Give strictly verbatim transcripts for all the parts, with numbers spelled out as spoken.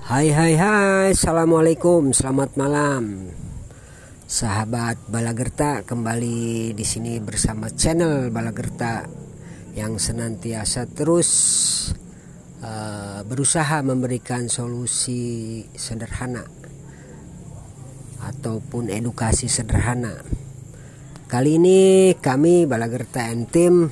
Hai hai hai, assalamualaikum, selamat malam, sahabat Balagerta. Kembali di sini bersama channel Balagerta yang senantiasa terus uh, berusaha memberikan solusi sederhana ataupun edukasi sederhana. Kali ini kami Balagerta and Team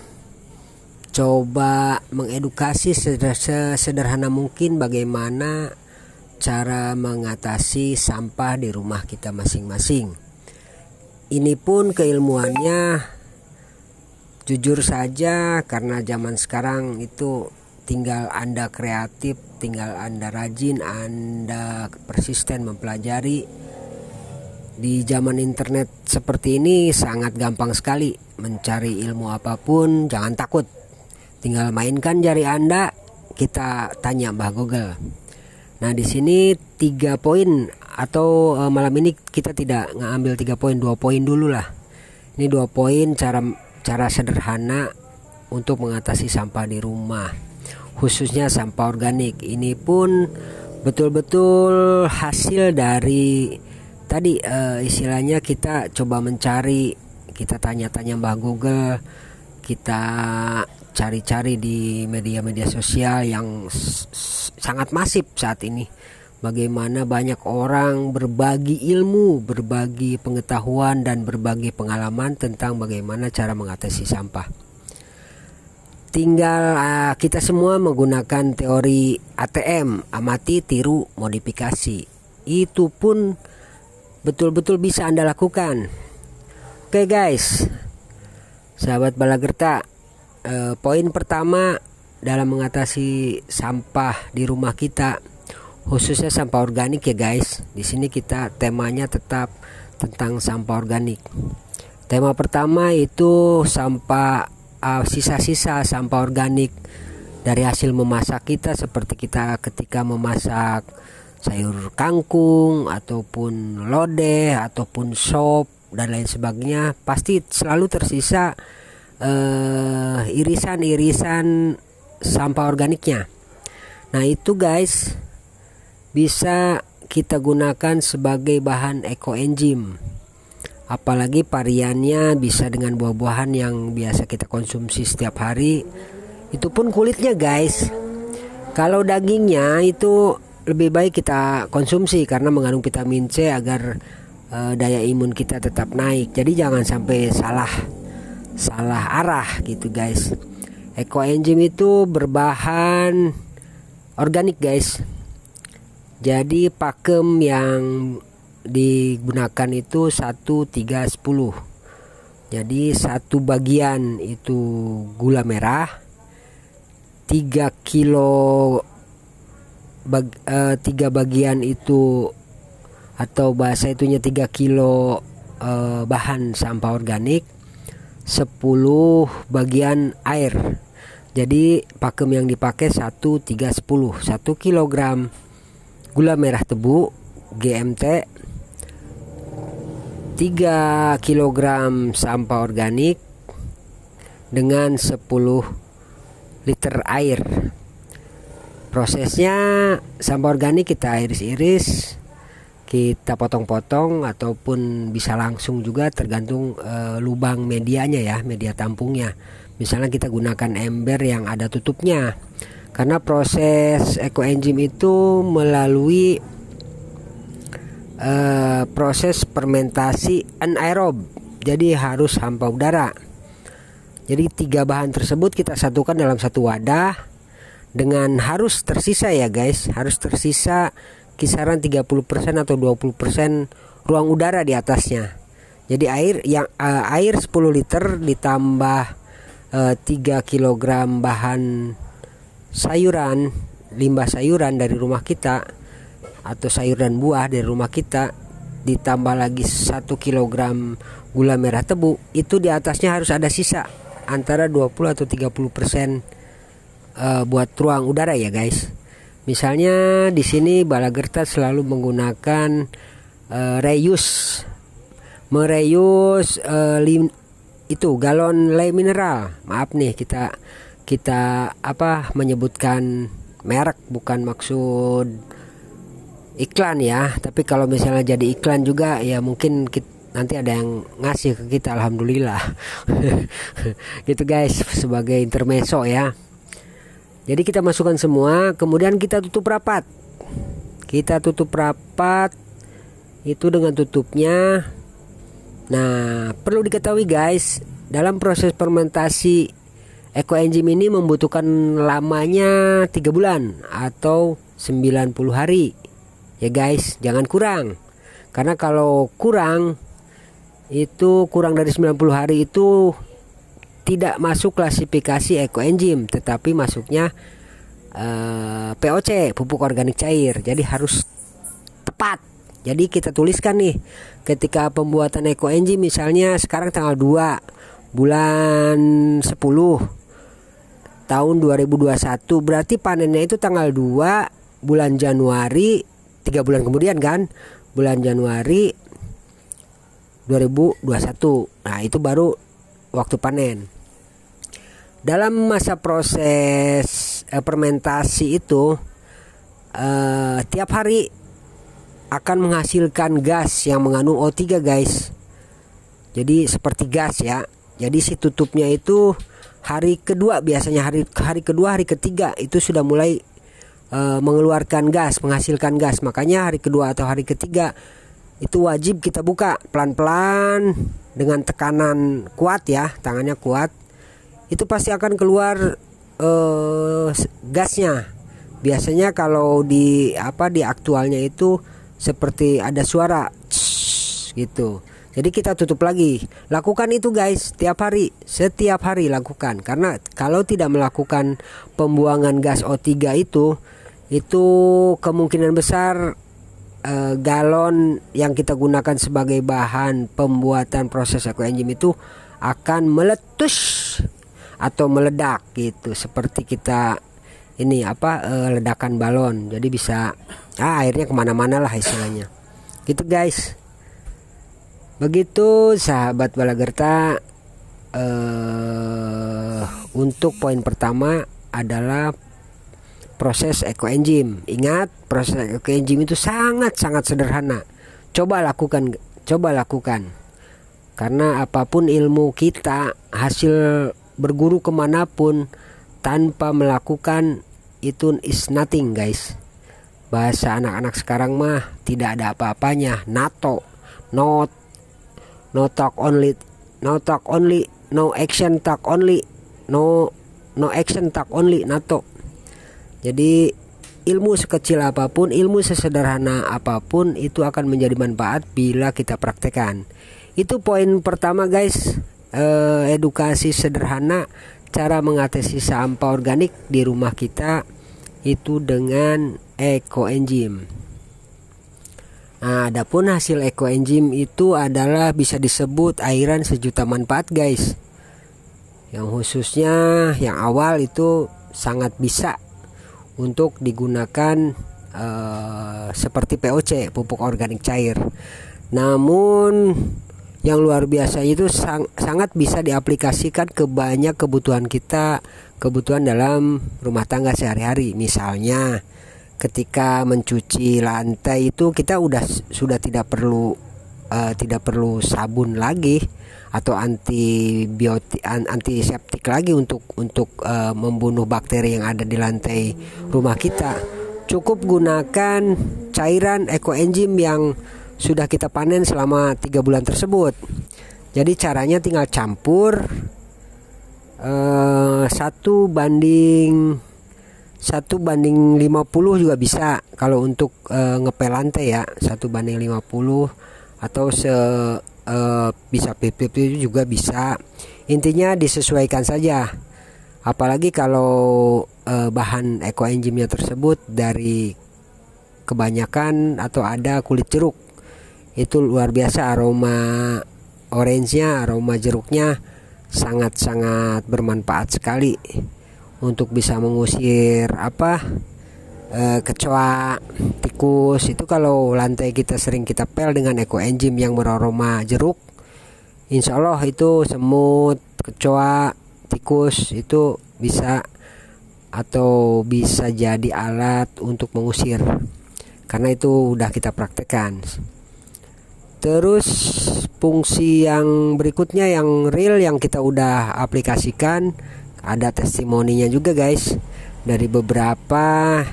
coba mengedukasi sesederhana mungkin bagaimana cara mengatasi sampah di rumah kita masing-masing. Ini pun keilmuannya jujur saja karena zaman sekarang itu tinggal Anda kreatif, tinggal Anda rajin, Anda persisten mempelajari. Di zaman internet seperti ini sangat gampang sekali mencari ilmu apapun, jangan takut. Tinggal mainkan jari Anda, kita tanya Mbah Google. Nah, di sini tiga poin atau uh, malam ini kita tidak ngambil tiga poin, dua poin dulu lah. Ini dua poin cara cara sederhana untuk mengatasi sampah di rumah, khususnya sampah organik. Ini pun betul-betul hasil dari tadi uh, istilahnya kita coba mencari, kita tanya-tanya Mbah Google, kita cari-cari di media-media sosial yang sangat masif saat ini. Bagaimana banyak orang berbagi ilmu, berbagi pengetahuan dan berbagi pengalaman tentang bagaimana cara mengatasi sampah. Tinggal uh, kita semua menggunakan teori A T M, amati, tiru, modifikasi. Itu pun betul-betul bisa Anda lakukan. Oke guys, sahabat Balagerta, Uh, poin pertama dalam mengatasi sampah di rumah kita, khususnya sampah organik ya guys. Di sini kita temanya tetap tentang sampah organik. Tema pertama itu sampah uh, sisa-sisa sampah organik dari hasil memasak kita, seperti kita ketika memasak sayur kangkung ataupun lodeh ataupun sop dan lain sebagainya, pasti selalu tersisa Uh, irisan-irisan sampah organiknya. Nah itu guys bisa kita gunakan sebagai bahan ekoenzim. Apalagi variannya bisa dengan buah-buahan yang biasa kita konsumsi setiap hari. Itu pun kulitnya guys. Kalau dagingnya itu lebih baik kita konsumsi karena mengandung vitamin C agar uh, daya imun kita tetap naik. Jadi jangan sampai salah salah arah gitu guys. Ekoenzim itu berbahan organik guys. Jadi pakem yang digunakan itu satu, tiga, sepuluh. Jadi satu bagian itu gula merah, tiga kilo bag, eh, tiga bagian itu atau bahasa itunya tiga kilo eh, bahan sampah organik, sepuluh bagian air. Jadi pakem yang dipakai satu, tiga, sepuluh. satu kilogram gula merah tebu G M T, tiga kilogram sampah organik dengan sepuluh liter air. Prosesnya sampah organik kita iris-iris, kita potong-potong ataupun bisa langsung juga tergantung e, lubang medianya ya, media tampungnya. Misalnya kita gunakan ember yang ada tutupnya. Karena proses ekoenzim itu melalui e, proses fermentasi anaerob. Jadi harus hampa udara. Jadi tiga bahan tersebut kita satukan dalam satu wadah dengan harus tersisa ya guys, harus tersisa kisaran tiga puluh persen atau dua puluh persen ruang udara di atasnya. Jadi air yang uh, air sepuluh liter ditambah uh, tiga kilogram bahan sayuran, limbah sayuran dari rumah kita atau sayur dan buah dari rumah kita, ditambah lagi satu kilogram gula merah tebu, itu di atasnya harus ada sisa antara dua puluh atau tiga puluh persen uh, buat ruang udara ya guys. Misalnya di sini Balagerta selalu menggunakan uh, reuse, mereuse uh, lim, itu galon lei mineral. Maaf nih kita kita apa menyebutkan merek, bukan maksud iklan ya. Tapi kalau misalnya jadi iklan juga ya mungkin kita, nanti ada yang ngasih ke kita, alhamdulillah. Gitu guys, sebagai intermezzo ya. Jadi kita masukkan semua, kemudian kita tutup rapat. Kita tutup rapat itu dengan tutupnya. Nah, perlu diketahui guys, dalam proses fermentasi ekoenzim ini membutuhkan lamanya tiga bulan atau sembilan puluh hari. Ya guys, jangan kurang. Karena kalau kurang itu kurang dari sembilan puluh hari itu tidak masuk klasifikasi ekoenzim, tetapi masuknya uh, P O C, pupuk organik cair. Jadi harus tepat. Jadi kita tuliskan nih, ketika pembuatan ekoenzim misalnya sekarang tanggal dua bulan sepuluh tahun dua ribu dua puluh satu, berarti panennya itu tanggal dua bulan Januari, tiga bulan kemudian kan, bulan Januari dua ribu dua puluh satu. Nah, itu baru waktu panen. Dalam masa proses eh, fermentasi itu eh, tiap hari akan menghasilkan gas yang mengandung O tiga guys. Jadi seperti gas ya. Jadi si tutupnya itu hari kedua, biasanya hari hari kedua, hari ketiga itu sudah mulai uh, mengeluarkan gas, menghasilkan gas. Makanya hari kedua atau hari ketiga itu wajib kita buka pelan-pelan dengan tekanan kuat ya, tangannya kuat. Itu pasti akan keluar uh, gasnya. Biasanya kalau di apa di aktualnya itu seperti ada suara gitu. Jadi kita tutup lagi. Lakukan itu guys, tiap hari, setiap hari lakukan. Karena kalau tidak melakukan pembuangan gas O tiga itu, itu kemungkinan besar eh, galon yang kita gunakan sebagai bahan pembuatan proses ekoenzim itu akan meletus atau meledak gitu. Seperti kita ini apa eh, ledakan balon. Jadi bisa ah, airnya kemana-mana lah istilahnya. Gitu guys. Begitu sahabat Balagerta, eh, untuk poin pertama adalah proses ekoenzim. Ingat, proses ekoenzim itu sangat-sangat sederhana. Coba lakukan, coba lakukan. Karena apapun ilmu kita, hasil berguru kemanapun tanpa melakukan itu is nothing guys. Bahasa anak-anak sekarang mah tidak ada apa-apanya. NATO, not no talk only, no talk only, no action talk only, no no action talk only, NATO. Jadi ilmu sekecil apapun, ilmu sesederhana apapun itu akan menjadi manfaat bila kita praktekkan. Itu poin pertama guys, eh, edukasi sederhana cara mengatasi sampah organik di rumah kita itu dengan ekoenzim. Nah, adapun hasil ekoenzim itu adalah bisa disebut airan sejuta manfaat guys. Yang khususnya yang awal itu sangat bisa untuk digunakan uh, seperti P O C, pupuk organik cair. Namun yang luar biasa itu sang, sangat bisa diaplikasikan ke banyak kebutuhan kita, kebutuhan dalam rumah tangga sehari-hari. Misalnya ketika mencuci lantai itu kita udah sudah tidak perlu uh, tidak perlu sabun lagi atau antibiotik antiseptik lagi untuk untuk uh, membunuh bakteri yang ada di lantai rumah kita. Cukup gunakan cairan ekoenzim yang sudah kita panen selama tiga bulan tersebut. Jadi caranya tinggal campur uh, satu banding satu banding lima puluh juga bisa kalau untuk e, ngepel lantai ya, satu banding lima puluh atau se e, bisa P P P juga bisa. Intinya disesuaikan saja. Apalagi kalau e, bahan ekoenzimnya tersebut dari kebanyakan atau ada kulit jeruk. Itu luar biasa aroma orange-nya, aroma jeruknya sangat-sangat bermanfaat sekali untuk bisa mengusir apa e, kecoa, tikus. Itu kalau lantai kita sering kita pel dengan ekoenzim yang beraroma jeruk, insya Allah itu semut, kecoa, tikus itu bisa atau bisa jadi alat untuk mengusir. karena itu udah kita praktekkan. Terus fungsi yang berikutnya yang real yang kita udah aplikasikan, ada testimoninya juga guys dari beberapa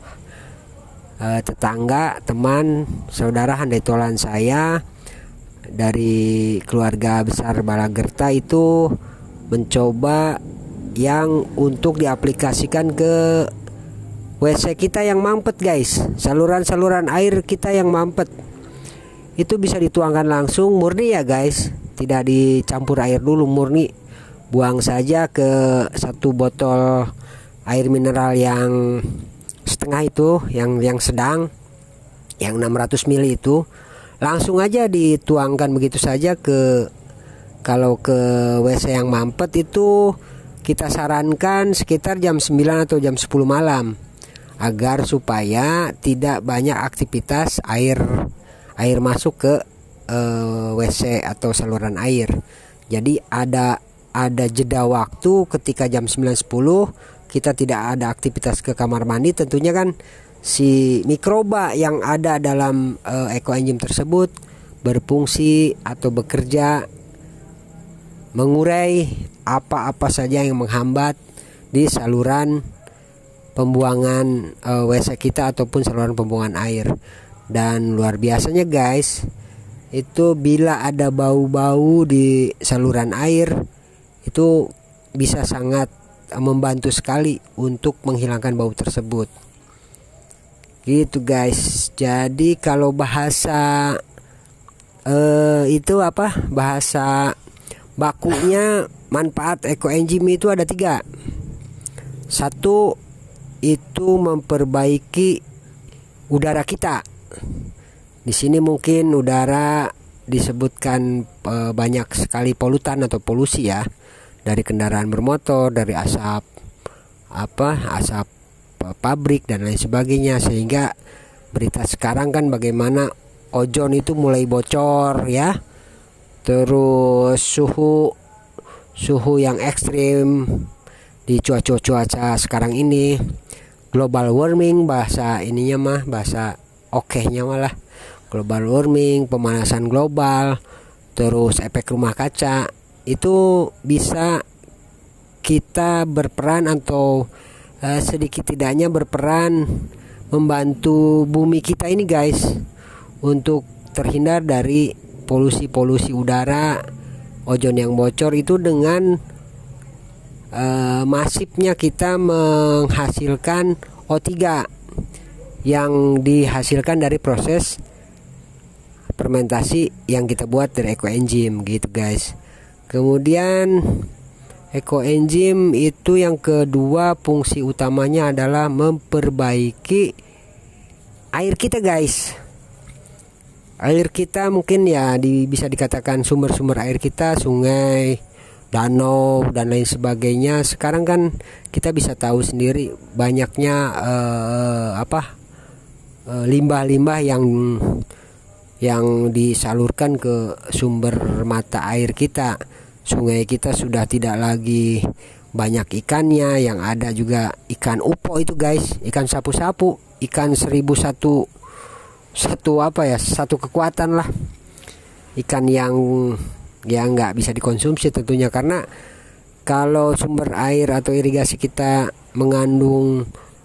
uh, tetangga, teman, saudara, handai tolan saya dari keluarga besar Balagerta itu mencoba yang untuk diaplikasikan ke W C kita yang mampet guys, saluran-saluran air kita yang mampet. Itu bisa dituangkan langsung murni ya guys, tidak dicampur air dulu, murni buang saja ke satu botol air mineral yang setengah itu, yang yang sedang, yang enam ratus mililiter itu, langsung aja dituangkan begitu saja ke, kalau ke W C yang mampet itu kita sarankan sekitar jam sembilan atau jam sepuluh malam, agar supaya tidak banyak aktivitas air air masuk ke uh, W C atau saluran air. Jadi ada ada jeda waktu ketika jam sembilan sepuluh kita tidak ada aktivitas ke kamar mandi, tentunya kan si mikroba yang ada dalam uh, ekoenzim tersebut berfungsi atau bekerja mengurai apa-apa saja yang menghambat di saluran pembuangan uh, W C kita ataupun saluran pembuangan air. Dan luar biasanya guys, itu bila ada bau-bau di saluran air itu bisa sangat membantu sekali untuk menghilangkan bau tersebut. Gitu guys. Jadi kalau bahasa eh, itu apa? Bahasa bakunya manfaat ekoenzim itu ada tiga. Satu, itu memperbaiki udara kita. Di sini mungkin udara disebutkan e, banyak sekali polutan atau polusi ya, dari kendaraan bermotor, dari asap apa asap e, pabrik dan lain sebagainya, sehingga berita sekarang kan bagaimana ozon itu mulai bocor ya. Terus suhu suhu yang ekstrim di cuaca-cuaca sekarang ini, global warming bahasa ininya mah, bahasa oke-nya malah global warming, pemanasan global, terus efek rumah kaca, itu bisa kita berperan atau uh, sedikit tidaknya berperan membantu bumi kita ini guys untuk terhindar dari polusi-polusi udara, ozon yang bocor itu dengan uh, masifnya kita menghasilkan O tiga yang dihasilkan dari proses fermentasi yang kita buat dari ekoenzim gitu guys. Kemudian ekoenzim itu yang kedua, fungsi utamanya adalah memperbaiki air kita guys. Air kita mungkin ya di, bisa dikatakan sumber-sumber air kita, sungai, danau dan lain sebagainya. Sekarang kan kita bisa tahu sendiri banyaknya eh, apa eh, limbah-limbah yang yang disalurkan ke sumber mata air kita. Sungai kita sudah tidak lagi banyak ikannya, yang ada juga ikan upo itu guys, ikan sapu-sapu, ikan seribu satu satu apa ya satu kekuatan lah, ikan yang yang nggak bisa dikonsumsi tentunya, karena kalau sumber air atau irigasi kita mengandung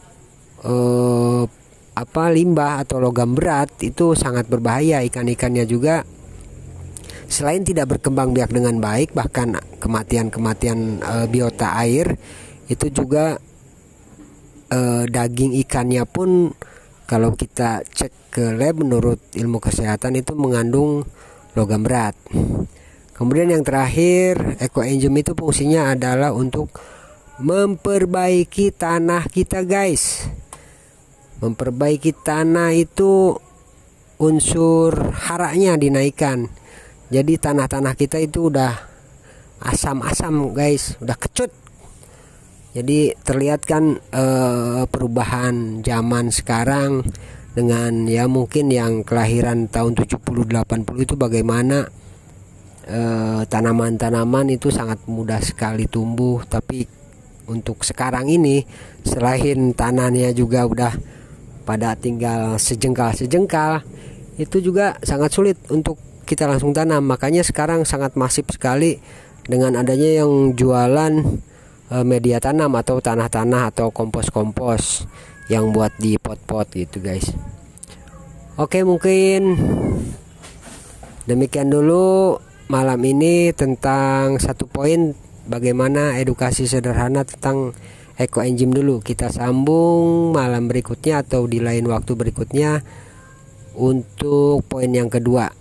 eh, apa limbah atau logam berat, itu sangat berbahaya. Ikan-ikannya juga selain tidak berkembang biak dengan baik, bahkan kematian-kematian e, biota air, itu juga e, daging ikannya pun kalau kita cek ke lab menurut ilmu kesehatan itu mengandung logam berat. Kemudian yang terakhir, ekoenzim itu fungsinya adalah untuk memperbaiki tanah kita guys. Memperbaiki tanah itu unsur haranya dinaikkan. Jadi tanah-tanah kita itu udah asam-asam guys, udah kecut. Jadi terlihat kan e, perubahan zaman sekarang dengan ya mungkin yang kelahiran tahun tujuh puluh delapan puluh itu bagaimana e, tanaman-tanaman itu sangat mudah sekali tumbuh. Tapi untuk sekarang ini selain tanahnya juga udah pada tinggal sejengkal-sejengkal, itu juga sangat sulit untuk kita langsung tanam. Makanya sekarang sangat masif sekali dengan adanya yang jualan e, media tanam atau tanah-tanah atau kompos-kompos yang buat di pot-pot gitu guys. Oke, mungkin demikian dulu malam ini tentang satu poin bagaimana edukasi sederhana tentang ekoenzim dulu. Kita sambung malam berikutnya atau di lain waktu berikutnya untuk poin yang kedua.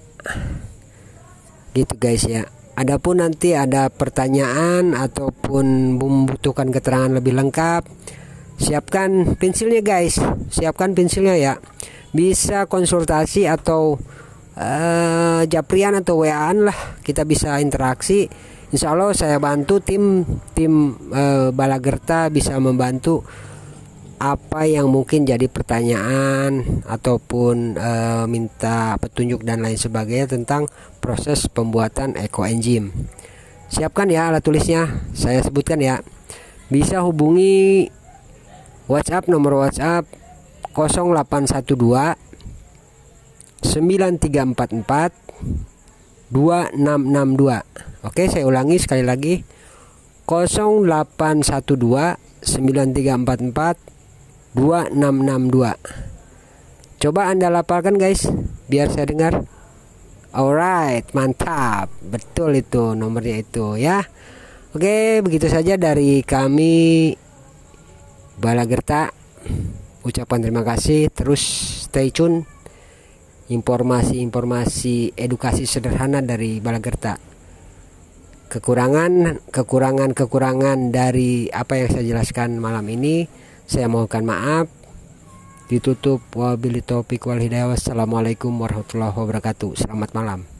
Gitu guys ya. Adapun nanti ada pertanyaan ataupun membutuhkan keterangan lebih lengkap, siapkan pensilnya guys. Siapkan pensilnya ya. Bisa konsultasi atau uh, japrian atau W A-an lah, kita bisa interaksi. Insya Allah saya bantu tim tim uh, Balagerta bisa membantu apa yang mungkin jadi pertanyaan ataupun uh, minta petunjuk dan lain sebagainya tentang proses pembuatan ekoenzim. Siapkan ya alat tulisnya, saya sebutkan ya. Bisa hubungi WhatsApp, nomor WhatsApp nol delapan satu dua sembilan tiga empat empat dua enam enam dua. Oke, saya ulangi sekali lagi, nol delapan satu dua sembilan tiga empat empat dua enam enam dua. Coba Anda lapalkan guys, biar saya dengar. Alright, mantap, betul itu nomornya itu ya. Oke, begitu saja dari kami Balagerta. Ucapan terima kasih, terus stay tune informasi-informasi edukasi sederhana dari Balagerta. Kekurangan kekurangan kekurangan dari apa yang saya jelaskan malam ini, saya mohonkan maaf. Ditutup, wabillahi taufiq wal hidayah. Wassalamualaikum warahmatullahi wabarakatuh. Selamat malam.